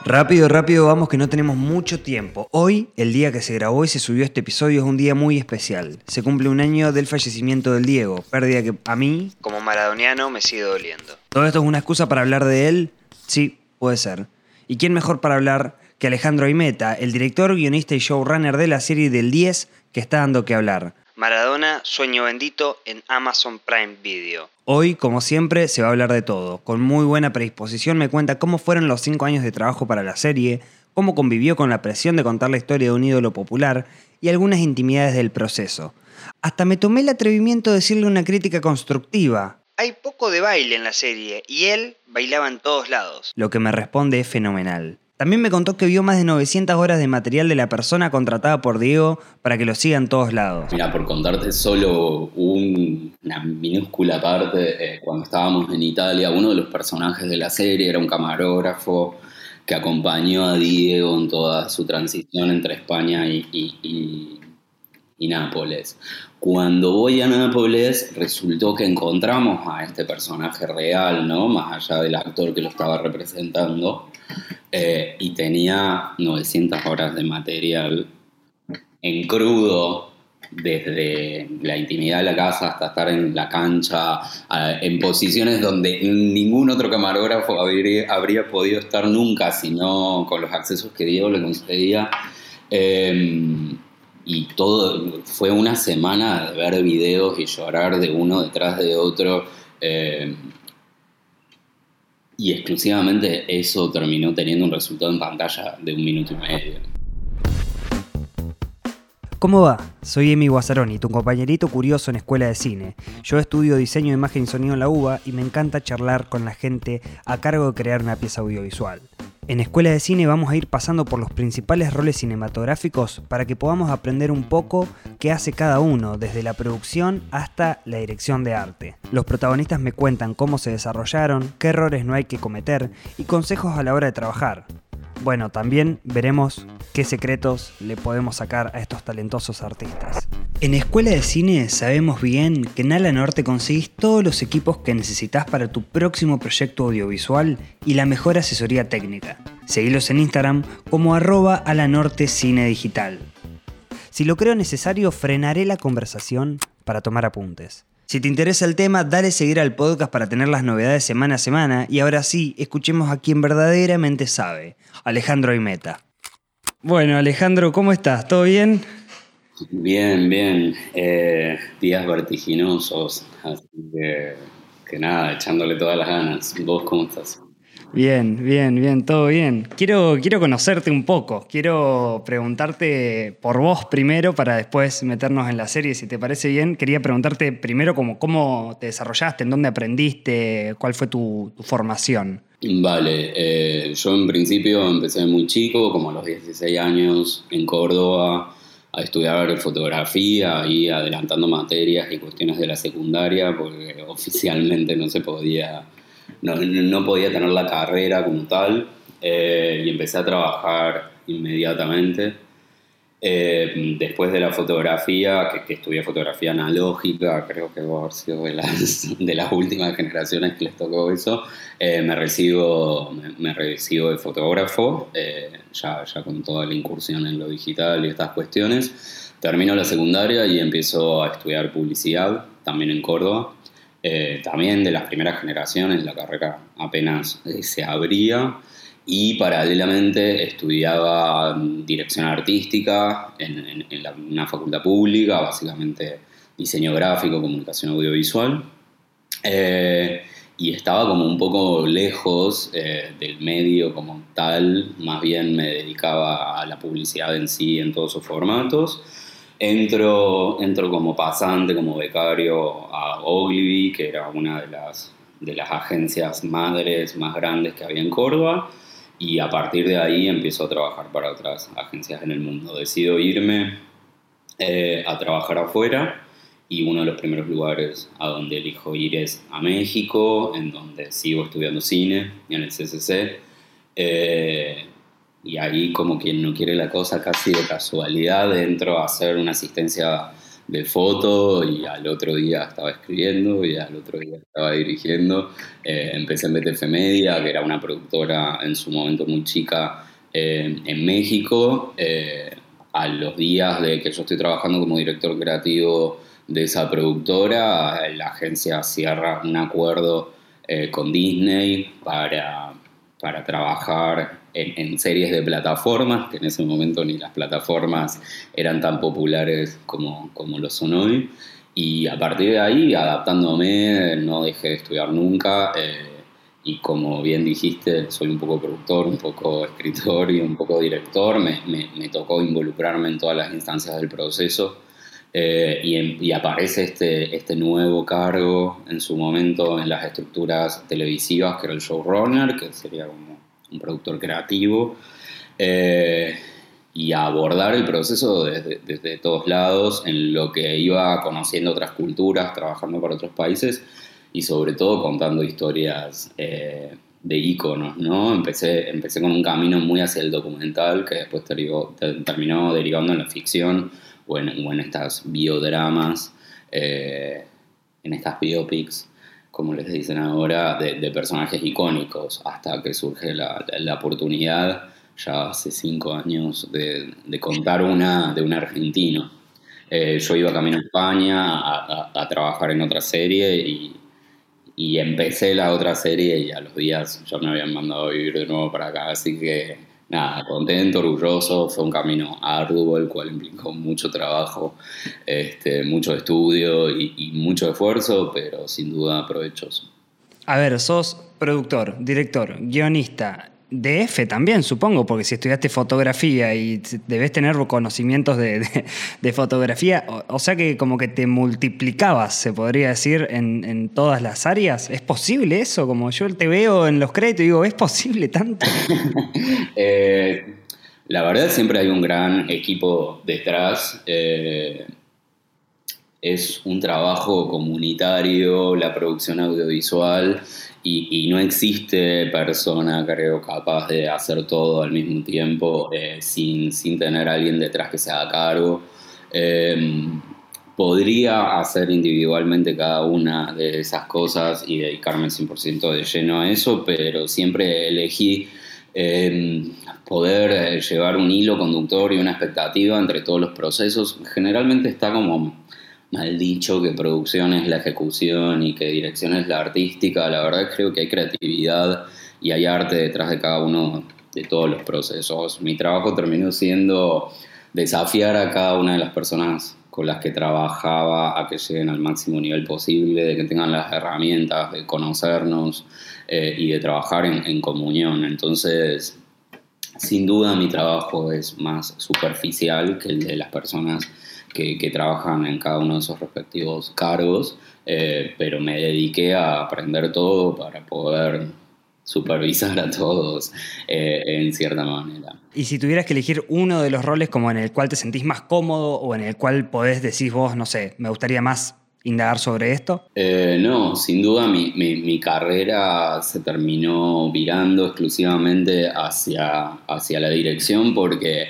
Rápido, rápido, vamos que no tenemos mucho tiempo. Hoy, el día que se grabó y se subió este episodio, es un día muy especial. Se cumple un año del fallecimiento del Diego, pérdida que a mí, como maradoniano, me sigue doliendo. ¿Todo esto es una excusa para hablar de él? Sí, puede ser. ¿Y quién mejor para hablar que Alejandro Aimeta, el director, guionista y showrunner de la serie del 10 que está dando que hablar? Maradona, Sueño Bendito en Amazon Prime Video. Hoy, como siempre, se va a hablar de todo. Con muy buena predisposición me cuenta cómo fueron los 5 años de trabajo para la serie, cómo convivió con la presión de contar la historia de un ídolo popular y algunas intimidades del proceso. Hasta me tomé el atrevimiento de decirle una crítica constructiva. Hay poco de baile en la serie y él bailaba en todos lados. Lo que me responde es fenomenal. También me contó que vio más de 900 horas de material de la persona contratada por Diego para que lo siga en todos lados. Mira, por contarte solo una minúscula parte, cuando estábamos en Italia, uno de los personajes de la serie era un camarógrafo que acompañó a Diego en toda su transición entre España y Nápoles. Cuando voy a Nápoles, resultó que encontramos a este personaje real, ¿no? Más allá del actor que lo estaba representando, y tenía 900 horas de material en crudo, desde la intimidad de la casa hasta estar en la cancha, en posiciones donde ningún otro camarógrafo habría podido estar nunca, sino con los accesos que Diego le concedía. Y todo fue una semana de ver videos y llorar de uno detrás de otro. Y exclusivamente eso terminó teniendo un resultado en pantalla de 1 minuto y medio. ¿Cómo va? Soy Emi Guazzaroni, tu compañerito curioso en Escuela de Cine. Yo estudio diseño de imagen y sonido en la UBA y me encanta charlar con la gente a cargo de crear una pieza audiovisual. En Escuela de Cine vamos a ir pasando por los principales roles cinematográficos para que podamos aprender un poco qué hace cada uno, desde la producción hasta la dirección de arte. Los protagonistas me cuentan cómo se desarrollaron, qué errores no hay que cometer y consejos a la hora de trabajar. Bueno, también veremos qué secretos le podemos sacar a estos talentosos artistas. En Escuela de Cine sabemos bien que en Ala Norte conseguís todos los equipos que necesitas para tu próximo proyecto audiovisual y la mejor asesoría técnica. Seguilos en Instagram como @alanortecineDigital. Si lo creo necesario, frenaré la conversación para tomar apuntes. Si te interesa el tema, dale seguir al podcast para tener las novedades semana a semana. Y ahora sí, escuchemos a quien verdaderamente sabe, Alejandro Aimeta. Bueno, Alejandro, ¿cómo estás? ¿Todo bien? Bien, bien. Días vertiginosos, así que nada, echándole todas las ganas. ¿Vos cómo estás? Bien, todo bien. Quiero conocerte un poco. Quiero preguntarte por vos primero para después meternos en la serie, si te parece bien. Quería preguntarte primero cómo te desarrollaste, en dónde aprendiste, cuál fue tu formación. Vale, yo en principio empecé muy chico, como a los 16 años, en Córdoba, a estudiar fotografía, y adelantando materias y cuestiones de la secundaria, porque oficialmente no se podía... No podía tener la carrera como tal, y empecé a trabajar inmediatamente. Después de la fotografía, que estudié fotografía analógica, creo que voy a haber sido de las últimas generaciones que les tocó eso, me recibo de fotógrafo, ya con toda la incursión en lo digital y estas cuestiones. Termino la secundaria y empiezo a estudiar publicidad, también en Córdoba. También de las primeras generaciones, la carrera apenas se abría, y paralelamente estudiaba dirección artística en una facultad pública, básicamente diseño gráfico, comunicación audiovisual, y estaba como un poco lejos del medio como tal, más bien me dedicaba a la publicidad en sí, en todos sus formatos. Entro como pasante, como becario a Ogilvy, que era una de las agencias madres más grandes que había en Córdoba, y a partir de ahí empiezo a trabajar para otras agencias en el mundo. Decido irme a trabajar afuera, y uno de los primeros lugares a donde elijo ir es a México, en donde sigo estudiando cine en el CCC. Y ahí, como quien no quiere la cosa, casi de casualidad entro a hacer una asistencia de foto y al otro día estaba escribiendo y al otro día estaba dirigiendo. Empecé en BTF Media, que era una productora en su momento muy chica en México. A los días de que yo estoy trabajando como director creativo de esa productora, la agencia cierra un acuerdo con Disney para trabajar en series de plataformas, que en ese momento ni las plataformas eran tan populares como lo son hoy. Y a partir de ahí, adaptándome, no dejé de estudiar nunca. Y como bien dijiste, soy un poco productor, un poco escritor y un poco director. Me tocó involucrarme en todas las instancias del proceso. Y aparece este nuevo cargo en su momento en las estructuras televisivas, que era el showrunner, que sería como un productor creativo, y a abordar el proceso desde todos lados, en lo que iba conociendo otras culturas, trabajando para otros países y sobre todo contando historias de íconos, ¿no? Empecé con un camino muy hacia el documental, que después terminó derivando en la ficción o en estas biodramas, en estas biopics, como les dicen ahora, de personajes icónicos, hasta que surge la oportunidad, ya hace 5 años, de contar una de un argentino. Yo iba camino a España a trabajar en otra serie y empecé la otra serie y a los días ya me habían mandado a vivir de nuevo para acá, así que nada, contento, orgulloso. Fue un camino arduo, el cual implicó mucho trabajo, mucho estudio y mucho esfuerzo, pero sin duda provechoso. A ver, sos productor, director, guionista, DF también, supongo, porque si estudiaste fotografía y debes tener conocimientos de fotografía, o sea que como que te multiplicabas, se podría decir, en todas las áreas. ¿Es posible eso? Como yo te veo en los créditos y digo, ¿es posible tanto? La verdad siempre hay un gran equipo detrás. Es un trabajo comunitario, la producción audiovisual, y no existe persona, creo, capaz de hacer todo al mismo tiempo sin tener a alguien detrás que se haga cargo. Podría hacer individualmente cada una de esas cosas y dedicarme 100% de lleno a eso, pero siempre elegí poder llevar un hilo conductor y una expectativa entre todos los procesos. Generalmente está como mal dicho que producción es la ejecución y que dirección es la artística. La verdad creo que hay creatividad y hay arte detrás de cada uno de todos los procesos. Mi trabajo terminó siendo desafiar a cada una de las personas con las que trabajaba a que lleguen al máximo nivel posible, de que tengan las herramientas de conocernos y de trabajar en comunión. Entonces, sin duda mi trabajo es más superficial que el de las personas que trabajan en cada uno de esos respectivos cargos, pero me dediqué a aprender todo para poder supervisar a todos en cierta manera. Y si tuvieras que elegir uno de los roles como en el cual te sentís más cómodo o en el cual podés decir vos, no sé, me gustaría más indagar sobre esto. No, sin duda mi carrera se terminó virando exclusivamente hacia la dirección porque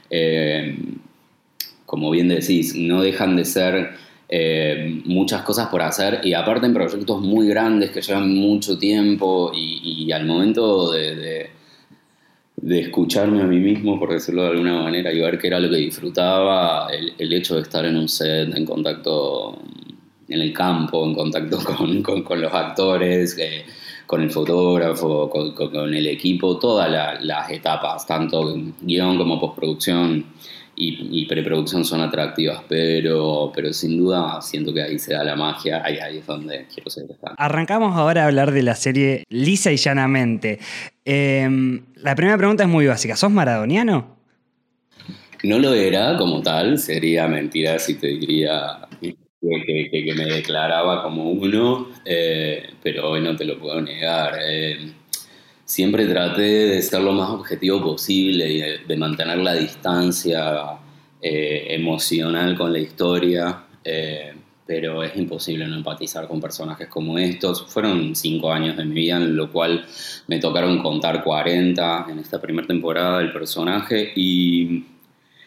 como bien decís, no dejan de ser muchas cosas por hacer y aparte en proyectos muy grandes que llevan mucho tiempo y al momento de escucharme a mí mismo, por decirlo de alguna manera, y ver qué era lo que disfrutaba, el hecho de estar en un set, en contacto en el campo, en contacto con los actores, con el fotógrafo, con el equipo, todas las etapas, tanto guión como postproducción y preproducción son atractivas, pero sin duda siento que ahí se da la magia, ahí es donde quiero seguir estando. Arrancamos ahora a hablar de la serie lisa y llanamente. La primera pregunta es muy básica. ¿Sos maradoniano? No lo era como tal, sería mentira si te diría que me declaraba como uno, pero hoy no te lo puedo negar. Siempre traté de ser lo más objetivo posible y de mantener la distancia emocional con la historia, pero es imposible no empatizar con personajes como estos. Fueron 5 años de mi vida en lo cual me tocaron contar 40 en esta primera temporada del personaje y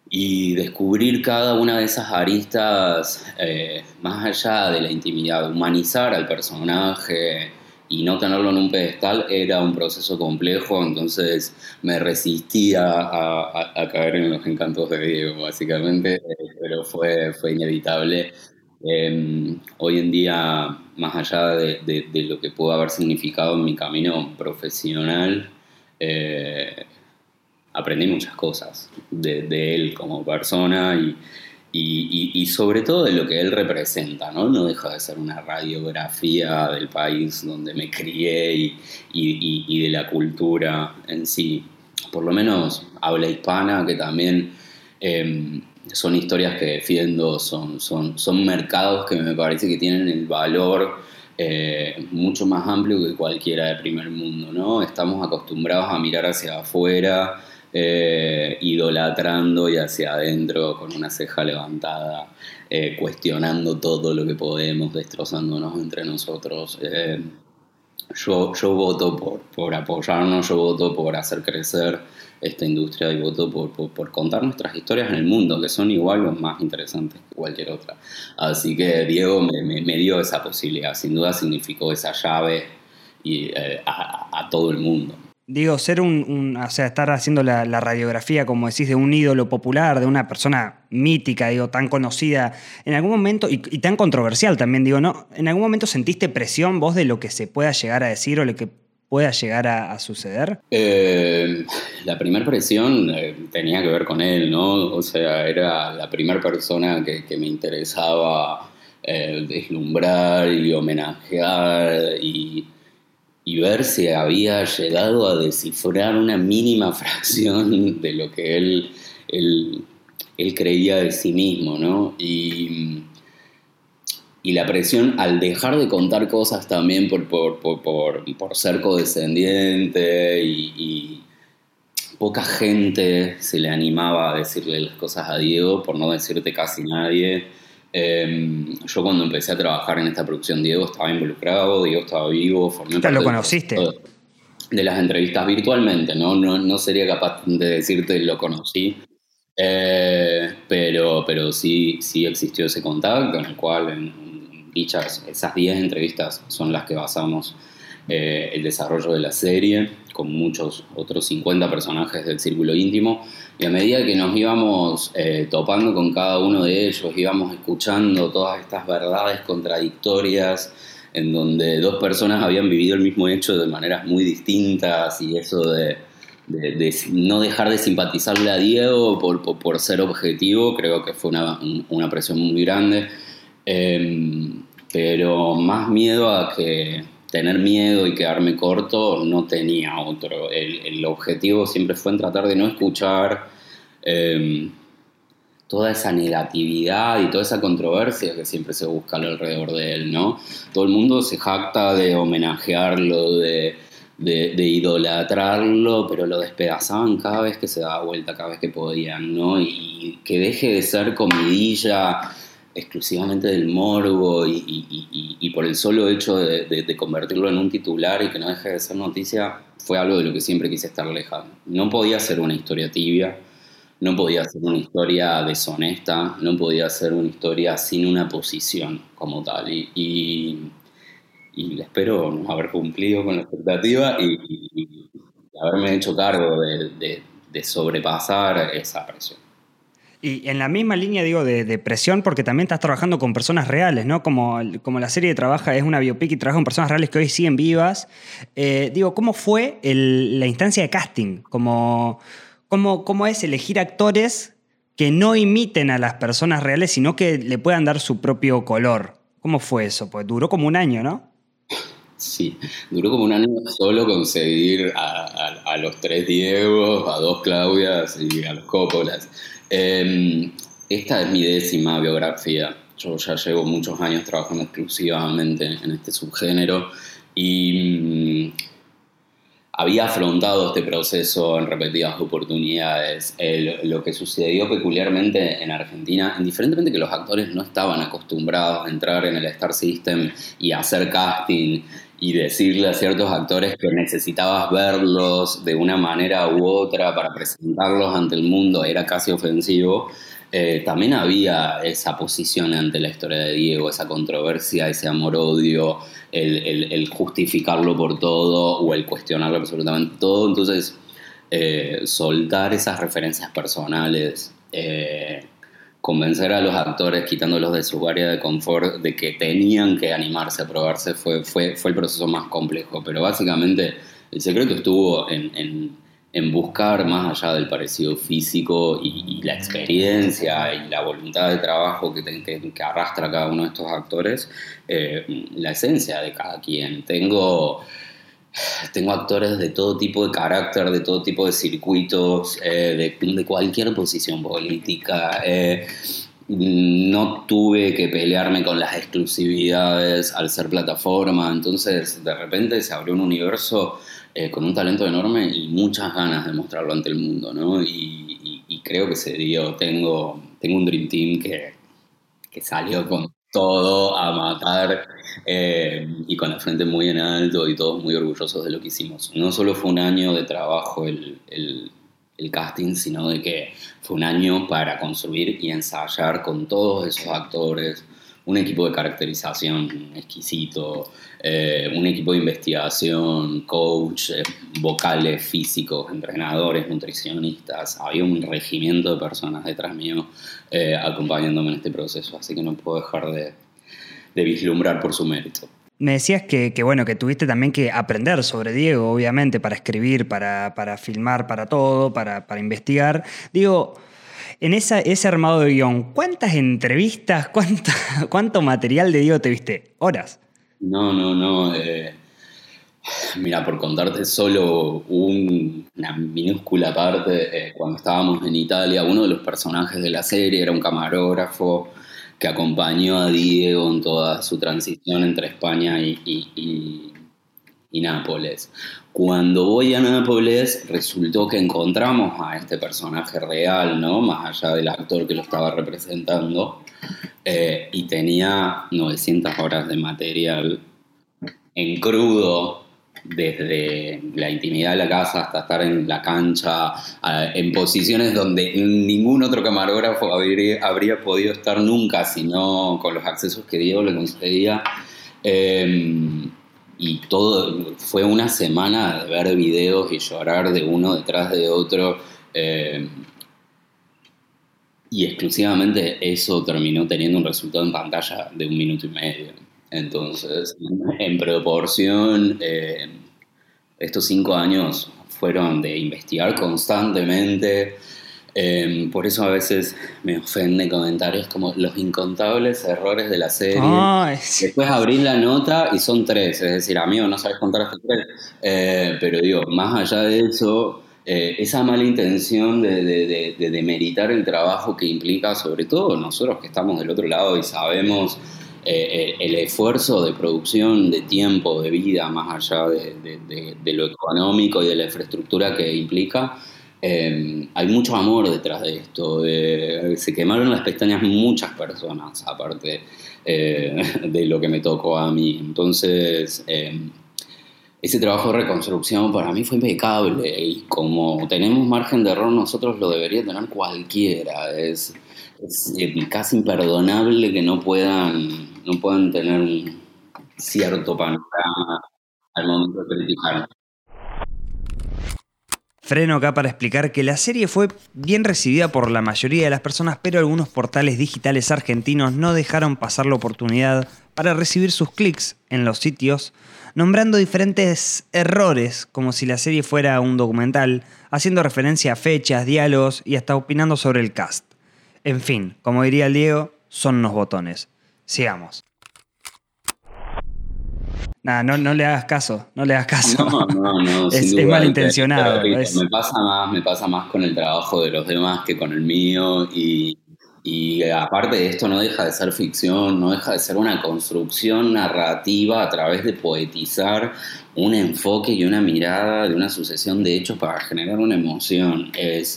y descubrir cada una de esas aristas, más allá de la intimidad, humanizar al personaje y no tenerlo en un pedestal era un proceso complejo, entonces me resistía a caer en los encantos de Diego, básicamente, pero fue inevitable. Hoy en día, más allá de lo que pudo haber significado en mi camino profesional, eh, aprendí muchas cosas de él como persona y sobre todo de lo que él representa, ¿no? No deja de ser una radiografía del país donde me crié y de la cultura en sí. Por lo menos habla hispana, que también son historias que defiendo, son mercados que me parece que tienen el valor mucho más amplio que cualquiera de primer mundo, ¿no? Estamos acostumbrados a mirar hacia afuera, idolatrando, y hacia adentro con una ceja levantada, cuestionando todo lo que podemos, destrozándonos entre nosotros. Yo voto por apoyarnos, yo voto por hacer crecer esta industria y voto por contar nuestras historias en el mundo, que son igual o más interesantes que cualquier otra. Así que Diego me dio esa posibilidad, sin duda significó esa llave a todo el mundo. Digo, ser o sea, estar haciendo la radiografía, como decís, de un ídolo popular, de una persona mítica, digo, tan conocida, en algún momento, y tan controversial también, digo, ¿no? ¿En algún momento sentiste presión vos de lo que se pueda llegar a decir o lo que pueda llegar a suceder? La primera presión tenía que ver con él, ¿no? O sea, era la primera persona que me interesaba deslumbrar y homenajear y ver si había llegado a descifrar una mínima fracción de lo que él creía de sí mismo, ¿no? Y la presión al dejar de contar cosas también por ser condescendiente y poca gente se le animaba a decirle las cosas a Diego, por no decirte casi nadie. Yo cuando empecé a trabajar en esta producción, Diego estaba involucrado, Diego estaba vivo, formé parte ¿Lo conociste? de las entrevistas virtualmente, ¿no? No sería capaz de decirte lo conocí, pero sí existió ese contacto en el cual esas 10 entrevistas son las que basamos el desarrollo de la serie, con muchos otros 50 personajes del círculo íntimo, y a medida que nos íbamos topando con cada uno de ellos, íbamos escuchando todas estas verdades contradictorias en donde dos personas habían vivido el mismo hecho de maneras muy distintas, y eso de no dejar de simpatizarle a Diego por ser objetivo, creo que fue una presión muy grande, pero más miedo a que tener miedo y quedarme corto no tenía otro. El objetivo siempre fue en tratar de no escuchar toda esa negatividad y toda esa controversia que siempre se busca alrededor de él, ¿no? Todo el mundo se jacta de homenajearlo, de idolatrarlo, pero lo despedazaban cada vez que se daba vuelta, cada vez que podían, ¿no? Y que deje de ser comidilla exclusivamente del morbo y por el solo hecho de convertirlo en un titular y que no deje de ser noticia, fue algo de lo que siempre quise estar lejano. No podía ser una historia tibia, no podía ser una historia deshonesta, no podía ser una historia sin una posición como tal. Y espero no haber cumplido con la expectativa y haberme hecho cargo de sobrepasar esa presión. Y en la misma línea, digo, de presión, porque también estás trabajando con personas reales, ¿no? Como la serie trabaja, es una biopic y trabaja con personas reales que hoy siguen vivas. Digo, ¿cómo fue la instancia de casting? ¿Cómo es elegir actores que no imiten a las personas reales, sino que le puedan dar su propio color? ¿Cómo fue eso? Pues duró como un año, ¿no? Sí, duró como un año solo conseguir a los 3 Diegos, a 2 Claudias y a los Coppolas. Esta es mi 10ª biografía. Yo ya llevo muchos años trabajando exclusivamente en este subgénero y había afrontado este proceso en repetidas oportunidades. Lo que sucedió peculiarmente en Argentina, indiferentemente que los actores no estaban acostumbrados a entrar en el Star System y hacer casting y decirle a ciertos actores que necesitabas verlos de una manera u otra para presentarlos ante el mundo, era casi ofensivo. También había esa posición ante la historia de Diego, esa controversia, ese amor-odio, el justificarlo por todo o el cuestionarlo absolutamente todo. Entonces, soltar esas referencias personales, convencer a los actores, quitándolos de su área de confort, de que tenían que animarse a probarse, fue el proceso más complejo. Pero básicamente el secreto estuvo en buscar, más allá del parecido físico y la experiencia y la voluntad de trabajo que arrastra cada uno de estos actores, la esencia de cada quien. Tengo actores de todo tipo de carácter, de todo tipo de circuitos, de cualquier posición política. No tuve que pelearme con las exclusividades al ser plataforma, entonces de repente se abrió un universo con un talento enorme y muchas ganas de mostrarlo ante el mundo, ¿no? Y creo que se dio. Tengo un Dream Team que salió con todo a matar, y con la frente muy en alto y todos muy orgullosos de lo que hicimos. No solo fue un año de trabajo el casting, sino de que fue un año para construir y ensayar con todos esos actores, un equipo de caracterización exquisito, un equipo de investigación, coach, vocales, físicos, entrenadores, nutricionistas. Había un regimiento de personas detrás mío acompañándome en este proceso, así que no puedo dejar de vislumbrar por su mérito. Me decías que bueno, que tuviste también que aprender sobre Diego, obviamente, para escribir, para filmar, para todo, para investigar. Digo, en ese armado de guión, ¿cuántas entrevistas, cuánto material de Diego te viste? ¿Horas? No. Mira, por contarte solo una minúscula parte, cuando estábamos en Italia, uno de los personajes de la serie era un camarógrafo que acompañó a Diego en toda su transición entre España y Nápoles. Cuando voy a Nápoles, resultó que encontramos a este personaje real, ¿no? Más allá del actor que lo estaba representando, y tenía 900 horas de material en crudo, desde la intimidad de la casa hasta estar en la cancha, en posiciones donde ningún otro camarógrafo habría podido estar nunca, sino con los accesos que Diego le concedía. Y todo fue una semana de ver videos y llorar de uno detrás de otro. Y exclusivamente eso terminó teniendo un resultado en pantalla de 1 minuto y medio. Entonces, en proporción, estos 5 años fueron de investigar constantemente. Por eso a veces me ofenden comentarios como los incontables errores de la serie. Después abrís la nota y son 3, es decir, amigo, no sabes contar hasta 3. Pero digo, más allá de eso, esa mala intención de demeritar el trabajo que implica, sobre todo nosotros que estamos del otro lado y sabemos el esfuerzo de producción, de tiempo, de vida, más allá de lo económico y de la infraestructura que implica. Hay mucho amor detrás de esto. Se quemaron las pestañas muchas personas, aparte de lo que me tocó a mí. Entonces, ese trabajo de reconstrucción para mí fue impecable. Y como tenemos margen de error, nosotros lo debería tener cualquiera. Es casi imperdonable que no puedan tener un cierto panorama al momento de criticar. Freno acá para explicar que la serie fue bien recibida por la mayoría de las personas, pero algunos portales digitales argentinos no dejaron pasar la oportunidad para recibir sus clics en los sitios, nombrando diferentes errores, como si la serie fuera un documental, haciendo referencia a fechas, diálogos y hasta opinando sobre el cast. En fin, como diría el Diego, son unos botones. Sigamos. Nah, no le hagas caso, no le hagas caso. No, es malintencionado. Me pasa más con el trabajo de los demás que con el mío, y Y aparte de esto no deja de ser ficción, no deja de ser una construcción narrativa a través de poetizar un enfoque y una mirada de una sucesión de hechos para generar una emoción.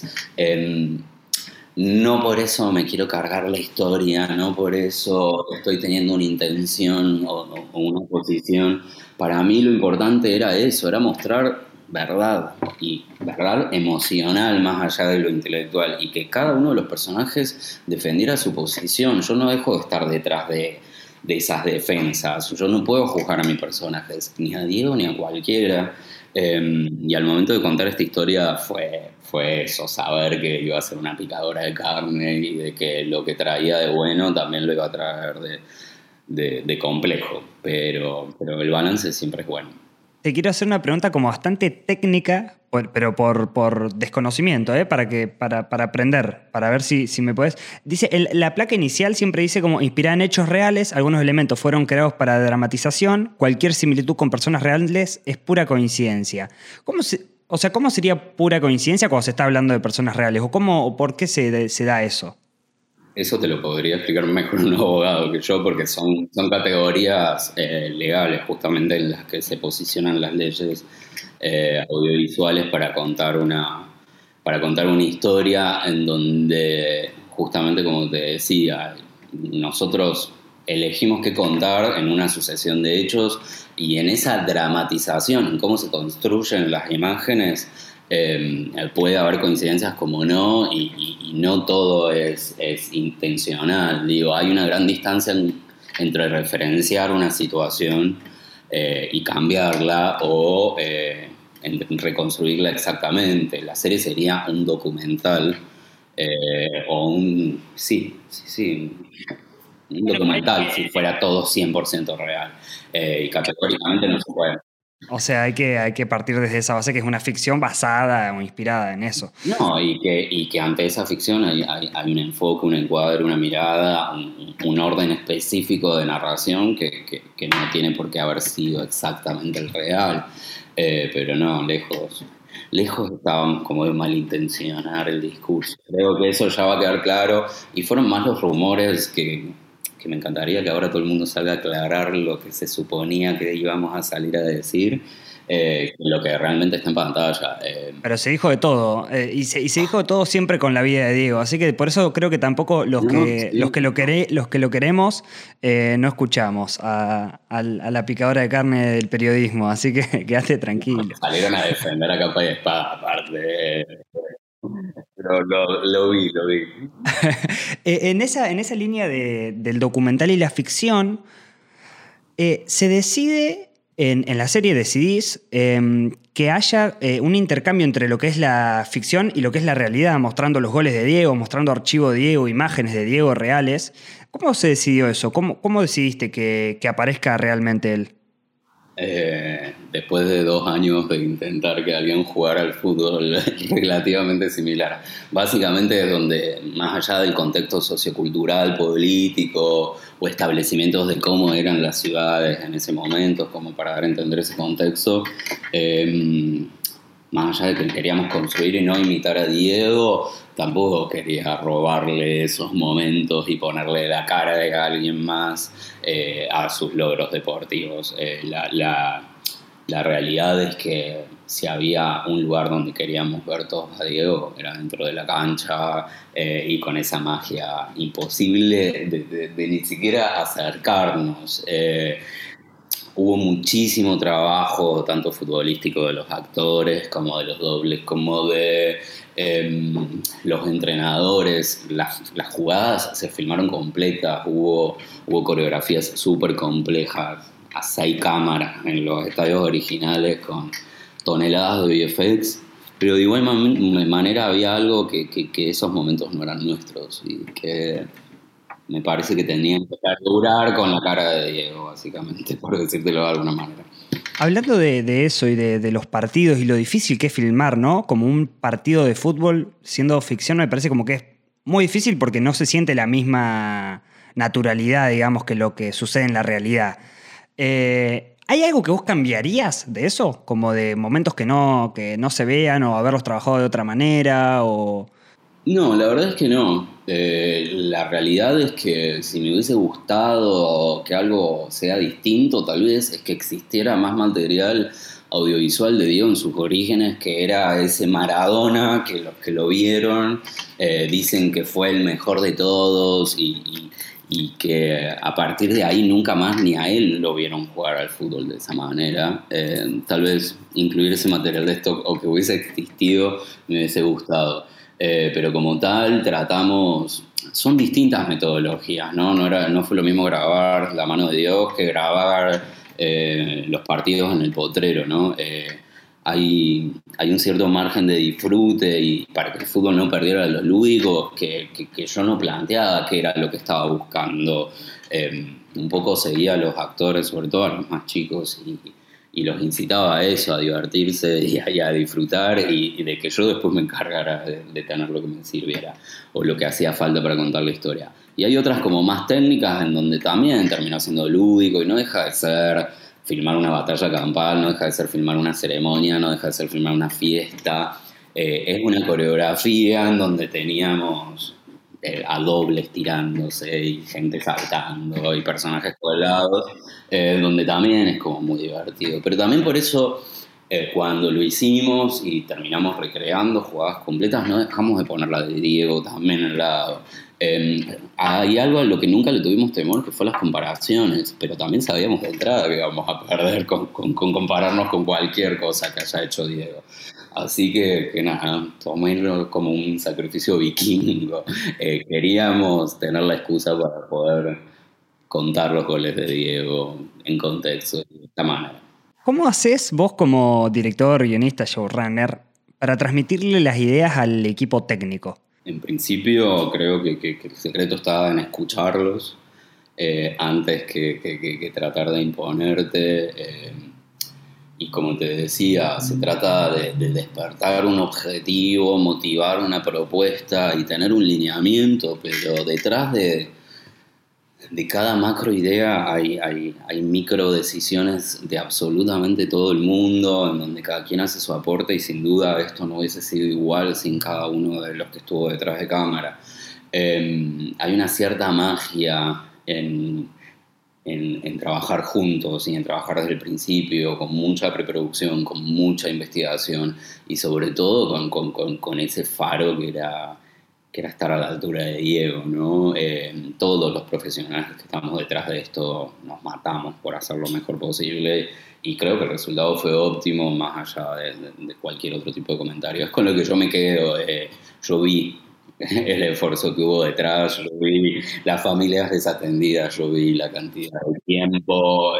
No por eso me quiero cargar la historia, no por eso estoy teniendo una intención o una posición. Para mí lo importante era eso, era mostrar verdad y verdad emocional más allá de lo intelectual y que cada uno de los personajes defendiera su posición. Yo no dejo de estar detrás de esas defensas. Yo no puedo juzgar a mis personajes, ni a Diego ni a cualquiera. Y al momento de contar esta historia fue eso, saber que iba a ser una picadora de carne y de que lo que traía de bueno también lo iba a traer de complejo, pero el balance siempre es bueno. Te quiero hacer una pregunta como bastante técnica, pero por desconocimiento, ¿eh? Para aprender, para ver si me podés. Dice, la placa inicial siempre dice como inspirada en hechos reales, algunos elementos fueron creados para dramatización, cualquier similitud con personas reales es pura coincidencia. ¿Cómo sería pura coincidencia cuando se está hablando de personas reales? ¿O por qué se da eso? Eso te lo podría explicar mejor un abogado que yo, porque son categorías legales justamente en las que se posicionan las leyes audiovisuales para contar una historia en donde, justamente como te decía, nosotros elegimos qué contar en una sucesión de hechos y en esa dramatización, en cómo se construyen las imágenes, puede haber coincidencias como no, y no todo es intencional. Digo, hay una gran distancia entre referenciar una situación y cambiarla o en reconstruirla exactamente. La serie sería un documental sí, un documental si fuera todo 100% real. Y categóricamente no se puede. O sea, hay que partir desde esa base que es una ficción basada o inspirada en eso. No, y que ante esa ficción hay un enfoque, un encuadre, una mirada, un orden específico de narración que no tiene por qué haber sido exactamente el real. Pero no, lejos estábamos como de malintencionar el discurso. Creo que eso ya va a quedar claro y fueron más los rumores que me encantaría que ahora todo el mundo salga a aclarar lo que se suponía que íbamos a salir a decir, lo que realmente está en pantalla. Pero se dijo de todo, y se dijo de todo siempre con la vida de Diego, así que por eso creo que tampoco los No, que, sí. los que lo queremos no escuchamos a la picadora de carne del periodismo, así que quédate tranquilo. Salieron a defender a capa y espada, aparte. Pero lo vi, lo vi. En esa línea del documental y la ficción, se decide, en la serie decidís que haya un intercambio entre lo que es la ficción y lo que es la realidad, mostrando los goles de Diego, mostrando archivo de Diego, imágenes de Diego reales. ¿Cómo se decidió eso? ¿Cómo decidiste que aparezca realmente él? Después de 2 años de intentar que alguien jugara al fútbol relativamente similar. Básicamente es donde, más allá del contexto sociocultural, político o establecimientos de cómo eran las ciudades en ese momento, como para dar a entender ese contexto, más allá de que queríamos construir y no imitar a Diego, tampoco quería robarle esos momentos y ponerle la cara de alguien más a sus logros deportivos. La realidad es que si había un lugar donde queríamos ver todos a Diego, era dentro de la cancha y con esa magia imposible de ni siquiera acercarnos. Hubo muchísimo trabajo, tanto futbolístico de los actores, como de los dobles, como de los entrenadores. Las jugadas se filmaron completas, hubo coreografías súper complejas a 6 cámaras en los estadios originales con toneladas de VFX. Pero de igual manera había algo que esos momentos no eran nuestros y que me parece que tenían que perdurar con la cara de Diego, básicamente, por decírtelo de alguna manera. Hablando de eso y de los partidos y lo difícil que es filmar, ¿no? Como un partido de fútbol siendo ficción me parece como que es muy difícil porque no se siente la misma naturalidad, digamos, que lo que sucede en la realidad. ¿Hay algo que vos cambiarías de eso? Como de momentos que no se vean o haberlos trabajado de otra manera o... No, la verdad es que no. La realidad es que si me hubiese gustado que algo sea distinto, tal vez es que existiera más material audiovisual de Diego en sus orígenes, que era ese Maradona, que los que lo vieron dicen que fue el mejor de todos y que a partir de ahí nunca más ni a él lo vieron jugar al fútbol de esa manera. Tal vez incluir ese material de esto o que hubiese existido me hubiese gustado. Pero como tal tratamos, son distintas metodologías, ¿no? No fue lo mismo grabar La mano de Dios que grabar los partidos en el potrero, ¿no? Hay un cierto margen de disfrute y para que el fútbol no perdiera los lúdicos que yo no planteaba que era lo que estaba buscando. Un poco seguía a los actores, sobre todo a los más chicos, y los incitaba a eso, a divertirse y a disfrutar y de que yo después me encargara de tener lo que me sirviera o lo que hacía falta para contar la historia. Y hay otras como más técnicas en donde también terminó siendo lúdico y no deja de ser filmar una batalla campal, no deja de ser filmar una ceremonia, no deja de ser filmar una fiesta. Es una coreografía en donde teníamos a dobles tirándose y gente saltando y personajes colgados, donde también es como muy divertido. Pero también por eso, cuando lo hicimos y terminamos recreando jugadas completas, no dejamos de poner la de Diego también al lado. Hay algo a lo que nunca le tuvimos temor, que fue las comparaciones, pero también sabíamos de entrada que íbamos a perder con compararnos con cualquier cosa que haya hecho Diego. Así que nada, tomémoslo como un sacrificio vikingo. Queríamos tener la excusa para poder contar los goles de Diego en contexto de esta manera. ¿Cómo haces vos como director, guionista, showrunner para transmitirle las ideas al equipo técnico? En principio creo que el secreto está en escucharlos antes que tratar de imponerte. Y como te decía, se trata de despertar un objetivo, motivar una propuesta y tener un lineamiento, pero detrás de cada macro idea hay micro decisiones de absolutamente todo el mundo, en donde cada quien hace su aporte y sin duda esto no hubiese sido igual sin cada uno de los que estuvo detrás de cámara. Hay una cierta magia en trabajar juntos y en trabajar desde el principio, con mucha preproducción, con mucha investigación y sobre todo con ese faro que era estar a la altura de Diego, ¿no? Todos los profesionales que estamos detrás de esto nos matamos por hacer lo mejor posible y creo que el resultado fue óptimo más allá de cualquier otro tipo de comentario. Es con lo que yo me quedo. Yo vi el esfuerzo que hubo detrás, yo vi las familias desatendidas, yo vi la cantidad de tiempo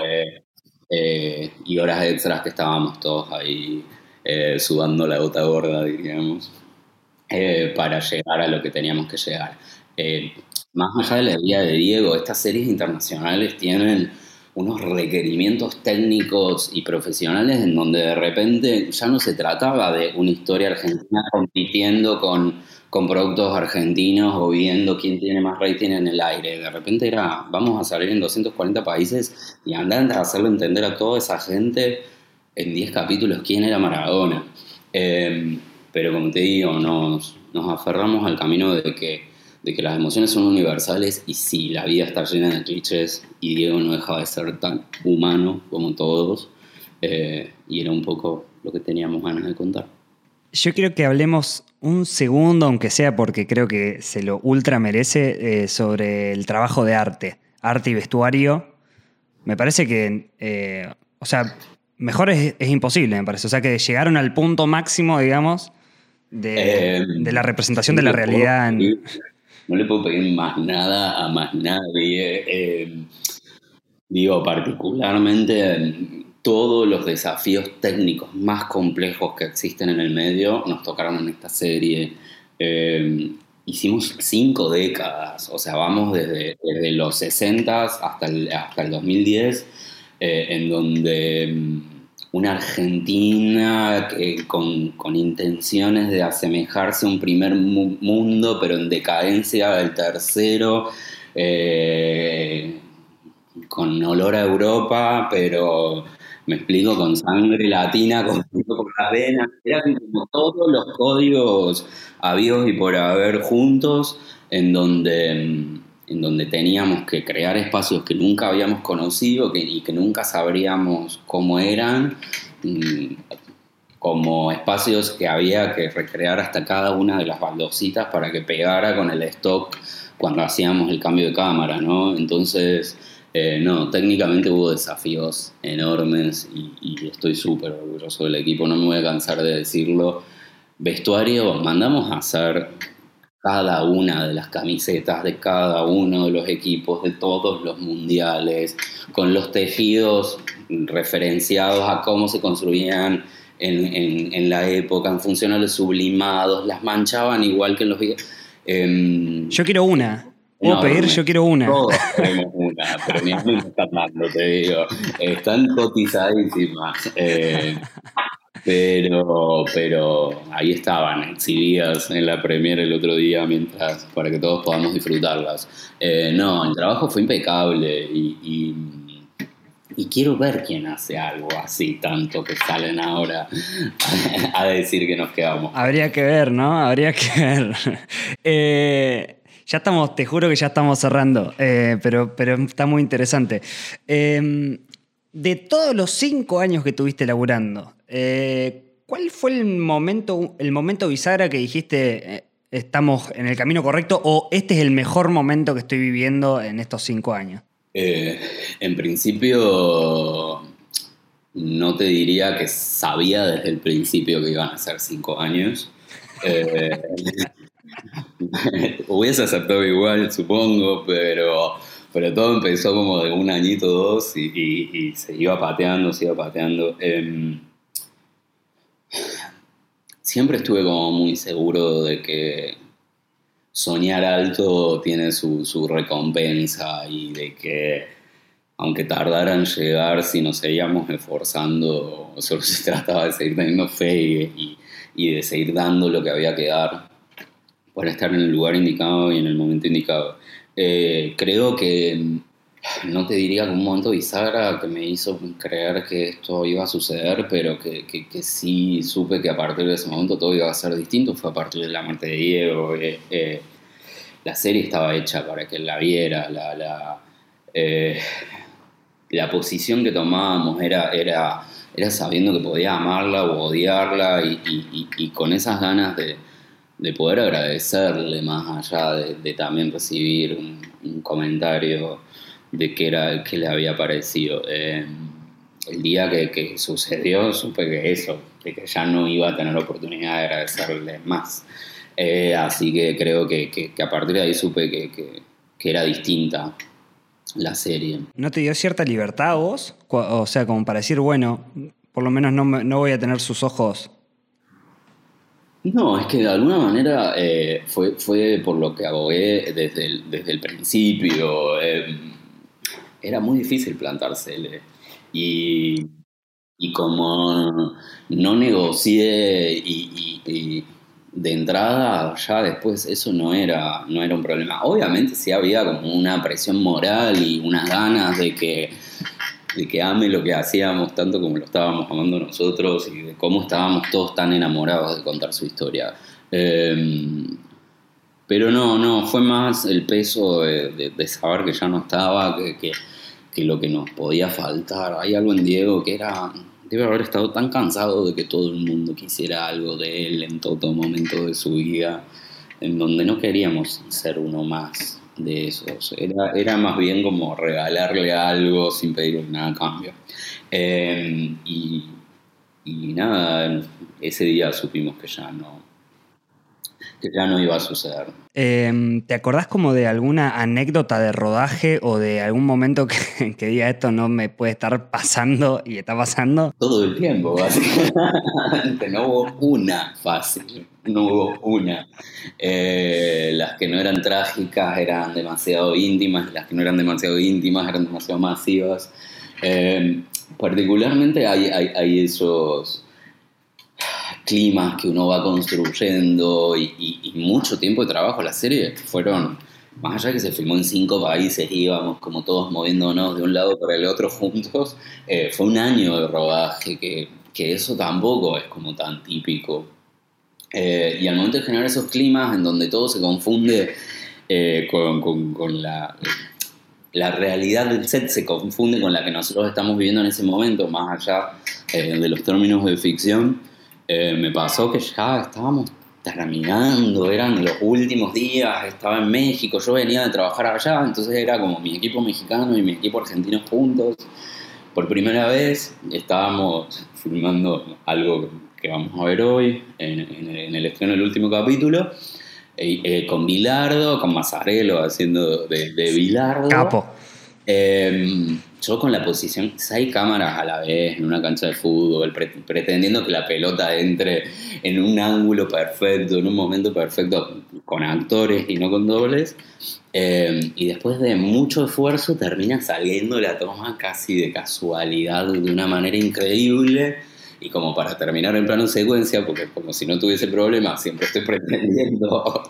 y horas extras que estábamos todos ahí sudando la gota gorda, diríamos, para llegar a lo que teníamos que llegar. Más allá de la vida de Diego, estas series internacionales tienen unos requerimientos técnicos y profesionales en donde de repente ya no se trataba de una historia argentina compitiendo con productos argentinos o viendo quién tiene más rating en el aire. De repente era, vamos a salir en 240 países y andar a hacerle entender a toda esa gente en 10 capítulos quién era Maradona. Pero como te digo, nos aferramos al camino de que las emociones son universales y sí, la vida está llena de clichés y Diego no dejaba de ser tan humano como todos y era un poco lo que teníamos ganas de contar. Yo quiero que hablemos un segundo, aunque sea porque creo que se lo ultra merece, sobre el trabajo de arte y vestuario. Me parece que, mejor es imposible, me parece. O sea, que llegaron al punto máximo, digamos, de la representación de la realidad. No le puedo pedir más nada a más nadie. Digo, particularmente todos los desafíos técnicos más complejos que existen en el medio nos tocaron en esta serie. Hicimos 5 décadas, o sea, vamos desde los 60 hasta el 2010, en donde una Argentina con intenciones de asemejarse a un primer mundo, pero en decadencia del tercero, con olor a Europa, pero Me explico, con sangre latina corriendo por las venas. Eran como todos los códigos habidos y por haber juntos, en donde, en donde teníamos que crear espacios que nunca habíamos conocido y que nunca sabríamos cómo eran, como espacios que había que recrear hasta cada una de las baldositas para que pegara con el stock cuando hacíamos el cambio de cámara, ¿no? Entonces, no, técnicamente hubo desafíos enormes y estoy súper orgulloso del equipo, no me voy a cansar de decirlo. Vestuario, mandamos a hacer cada una de las camisetas de cada uno de los equipos de todos los mundiales, con los tejidos referenciados a cómo se construían en la época, en función a los sublimados, las manchaban igual que en los videos. Yo quiero una. ¿Puedo pedir? Yo quiero una. Todos queremos una, pero ni a mí me están dando, te digo. Están cotizadísimas. Pero ahí estaban, exhibidas en la premiere el otro día, para que todos podamos disfrutarlas. No, el trabajo fue impecable y quiero ver quién hace algo así, tanto que salen ahora a decir que nos quedamos. Habría que ver, ¿no? Habría que ver. Ya estamos, te juro que ya estamos cerrando, pero está muy interesante. De todos los 5 años que tuviste laburando, ¿cuál fue el momento bisagra que dijiste estamos en el camino correcto o este es el mejor momento que estoy viviendo en estos 5 años? En principio, no te diría que sabía desde el principio que iban a ser 5 años. Hubiese aceptado igual, supongo, pero todo empezó como de 1 añito, 2 y se iba pateando. Siempre estuve como muy seguro de que soñar alto tiene su recompensa y de que aunque tardara en llegar, si nos seguíamos esforzando, solo se trataba de seguir teniendo fe y de seguir dando lo que había que dar para estar en el lugar indicado y en el momento indicado. Creo que, no te diría que un momento bisagra que me hizo creer que esto iba a suceder, pero que sí supe que a partir de ese momento todo iba a ser distinto, fue a partir de la muerte de Diego. La serie estaba hecha para que él la viera, la posición que tomábamos era sabiendo que podía amarla o odiarla y con esas ganas de poder agradecerle más allá de también recibir un comentario de qué le había parecido. El día que sucedió supe que eso, de que ya no iba a tener oportunidad de agradecerle más. Así que creo que a partir de ahí supe que era distinta la serie. ¿No te dio cierta libertad a vos? O sea, como para decir, bueno, por lo menos no voy a tener sus ojos. No, es que de alguna manera fue por lo que abogué desde el principio. Era muy difícil plantársele. Y como no negocié y de entrada, ya después eso no era un problema. Obviamente sí había como una presión moral y unas ganas de que ame lo que hacíamos tanto como lo estábamos amando nosotros y de cómo estábamos todos tan enamorados de contar su historia. Pero no, fue más el peso de saber que ya no estaba, que lo que nos podía faltar. Hay algo en Diego que debe haber estado tan cansado de que todo el mundo quisiera algo de él en todo momento de su vida, en donde no queríamos ser uno más de esos. Era más bien como regalarle algo sin pedirle nada a cambio. Y nada, ese día supimos que ya no iba a suceder. ¿Te acordás como de alguna anécdota de rodaje o de algún momento que diga esto no me puede estar pasando y está pasando? Todo el tiempo, básicamente. No hubo una fácil, no hubo una. Las que no eran trágicas eran demasiado íntimas, las que no eran demasiado íntimas eran demasiado masivas. Particularmente hay esos climas que uno va construyendo y mucho tiempo de trabajo. La serie fueron más allá de que se filmó en 5 países, íbamos como todos moviéndonos de un lado para el otro juntos, fue un año de rodaje, que eso tampoco es como tan típico. Y al momento de generar esos climas en donde todo se confunde con la realidad del set, se confunde con la que nosotros estamos viviendo en ese momento, más allá de los términos de ficción, me pasó que ya estábamos terminando, eran los últimos días, estaba en México, yo venía de trabajar allá, entonces era como mi equipo mexicano y mi equipo argentino juntos. Por primera vez estábamos filmando algo que vamos a ver hoy, en el estreno del último capítulo, con Bilardo, con Mazzarello haciendo de Bilardo. Capo. Yo con la posición, 6 cámaras a la vez en una cancha de fútbol, pretendiendo que la pelota entre en un ángulo perfecto, en un momento perfecto, con actores y no con dobles. Y después de mucho esfuerzo termina saliendo la toma casi de casualidad, de una manera increíble. Y como para terminar en plano secuencia, porque como si no tuviese problema, siempre estoy pretendiendo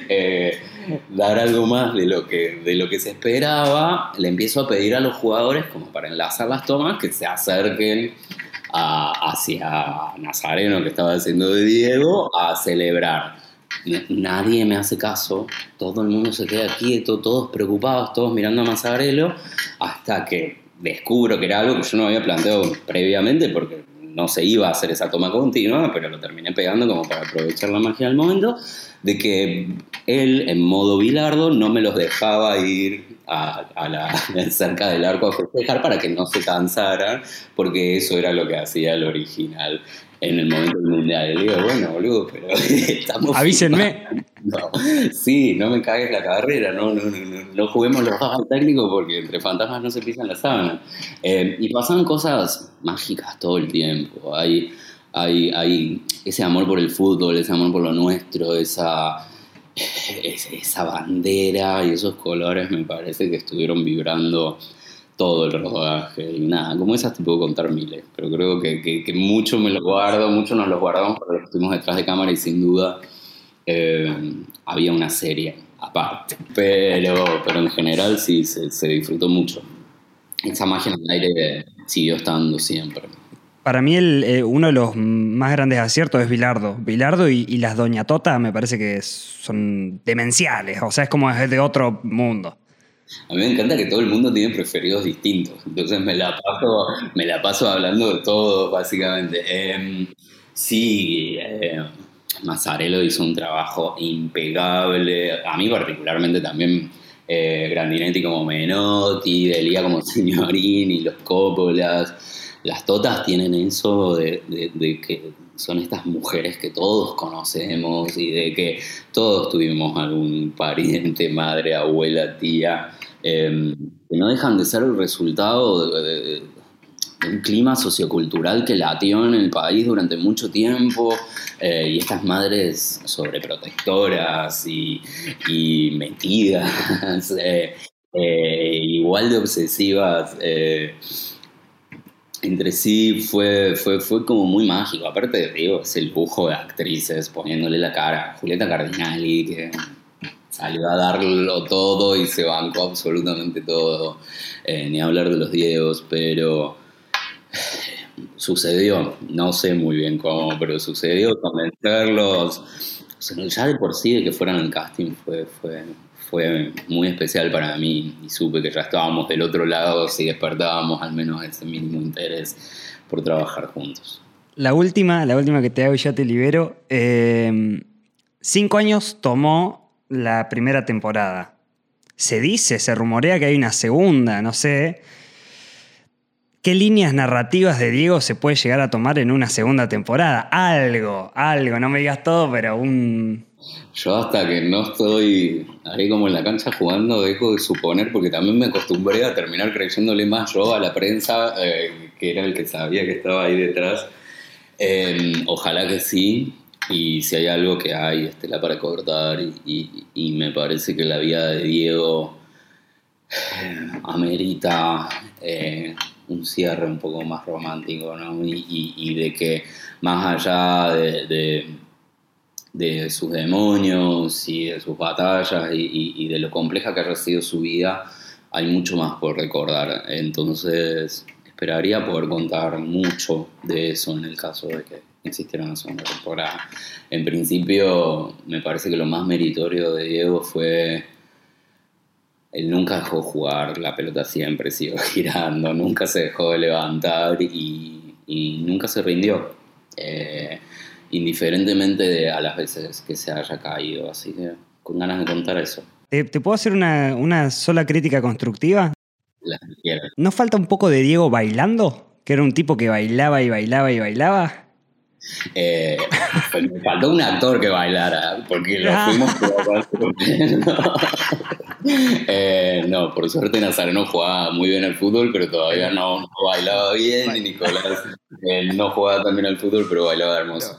dar algo más de lo que se esperaba, le empiezo a pedir a los jugadores, como para enlazar las tomas, que se acerquen hacia Nazareno, que estaba haciendo de Diego, a celebrar. Nadie me hace caso, todo el mundo se queda quieto, todos preocupados, todos mirando a Mazzarello, hasta que descubro que era algo que yo no había planteado previamente, porque no se iba a hacer esa toma continua, pero lo terminé pegando como para aprovechar la magia del momento, de que él, en modo Bilardo, no me los dejaba ir cerca del arco a festejar para que no se cansaran, porque eso era lo que hacía el original en el momento del mundial. Y digo, bueno, boludo, pero estamos... Avísenme. No, sí, no me cagues la carrera, no juguemos los dos al técnico porque entre fantasmas no se pisan la sábana. Y pasan cosas mágicas todo el tiempo. Hay ese amor por el fútbol, ese amor por lo nuestro, esa bandera y esos colores me parece que estuvieron vibrando todo el rodaje. Y nada, como esas te puedo contar miles, pero creo que mucho me lo guardo, mucho nos los guardamos porque los estuvimos detrás de cámara y sin duda había una serie aparte, pero en general sí se disfrutó mucho. Esa magia en el aire siguió estando siempre. Para mí uno de los más grandes aciertos es Bilardo. Bilardo y las Doña Tota me parece que son demenciales, o sea, es como es de otro mundo. A mí me encanta que todo el mundo tiene preferidos distintos, entonces me la paso hablando de todo, básicamente. Sí, Mazzarello hizo un trabajo impecable, a mí particularmente también, Grandinetti como Menotti, Delia como Signorini, los Coppolas. Las totas tienen eso de que son estas mujeres que todos conocemos y de que todos tuvimos algún pariente, madre, abuela, tía, que no dejan de ser el resultado de un clima sociocultural que latió en el país durante mucho tiempo, y estas madres sobreprotectoras y metidas, igual de obsesivas, entre sí fue como muy mágico. Aparte, digo, es el lujo de actrices poniéndole la cara. Julieta Cardinali, que salió a darlo todo y se bancó absolutamente todo. Ni hablar de los Diegos, pero sucedió. No sé muy bien cómo, pero sucedió. Convencerlos. O sea, ya de por sí de que fueran al casting fue muy especial para mí y supe que ya estábamos del otro lado si despertábamos al menos ese mínimo interés por trabajar juntos. La última que te hago y ya te libero. 5 años tomó la primera temporada. Se rumorea que hay una segunda, no sé. ¿Qué líneas narrativas de Diego se puede llegar a tomar en una segunda temporada? Algo, no me digas todo, pero Yo hasta que no estoy ahí como en la cancha jugando dejo de suponer, porque también me acostumbré a terminar creyéndole más yo a la prensa, que era el que sabía que estaba ahí detrás. Ojalá que sí, y si hay algo que hay, estela para cortar, y me parece que la vida de Diego amerita un cierre un poco más romántico, ¿no? Y de que más allá de sus demonios y de sus batallas y de lo compleja que ha sido su vida, hay mucho más por recordar. Entonces, esperaría poder contar mucho de eso en el caso de que existiera una segunda temporada. En principio, me parece que lo más meritorio de Diego fue: él nunca dejó jugar, la pelota siempre siguió girando, nunca se dejó de levantar y nunca se rindió. Indiferentemente a las veces que se haya caído, así que con ganas de contar eso. ¿Te puedo hacer una sola crítica constructiva? Las que quieras. ¿No falta un poco de Diego bailando? ¿Que era un tipo que bailaba y bailaba y bailaba? Me faltó un actor que bailara, porque lo fuimos no, por suerte Nazareno jugaba muy bien al fútbol, pero todavía no bailaba bien, y Nicolás no jugaba tan bien al fútbol, pero bailaba hermoso.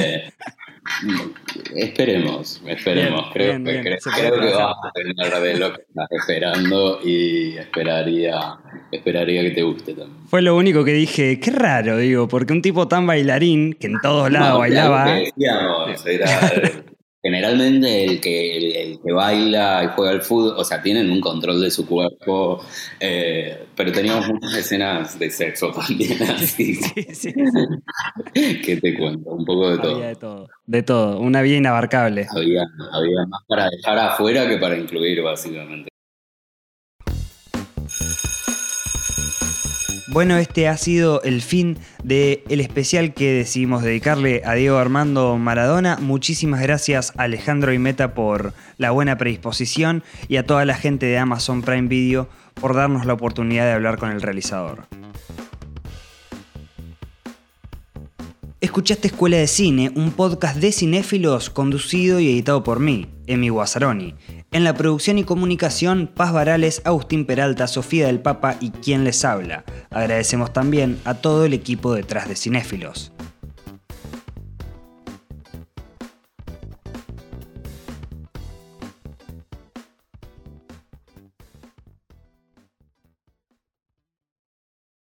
Esperemos. Bien, Creo bien. que vas a tener de lo que estás esperando y esperaría que te guste también. Fue lo único que dije, qué raro, digo, porque un tipo tan bailarín, que en todos lados bailaba. Algo que decíamos, era generalmente el que baila y juega al fútbol, o sea, tienen un control de su cuerpo, pero teníamos muchas escenas de sexo también, así. Sí. ¿Qué te cuento? Un poco de todo. Había de todo, una vida inabarcable. Había más para dejar afuera que para incluir, básicamente. Bueno, este ha sido el fin del especial que decidimos dedicarle a Diego Armando Maradona. Muchísimas gracias a Alejandro Imeta por la buena predisposición y a toda la gente de Amazon Prime Video por darnos la oportunidad de hablar con el realizador. Escuchaste Escuela de Cine, un podcast de cinéfilos conducido y editado por mí, Emi Guazzaroni. En la producción y comunicación, Paz Varales, Agustín Peralta, Sofía del Papa y quien les habla. Agradecemos también a todo el equipo detrás de Cinéfilos.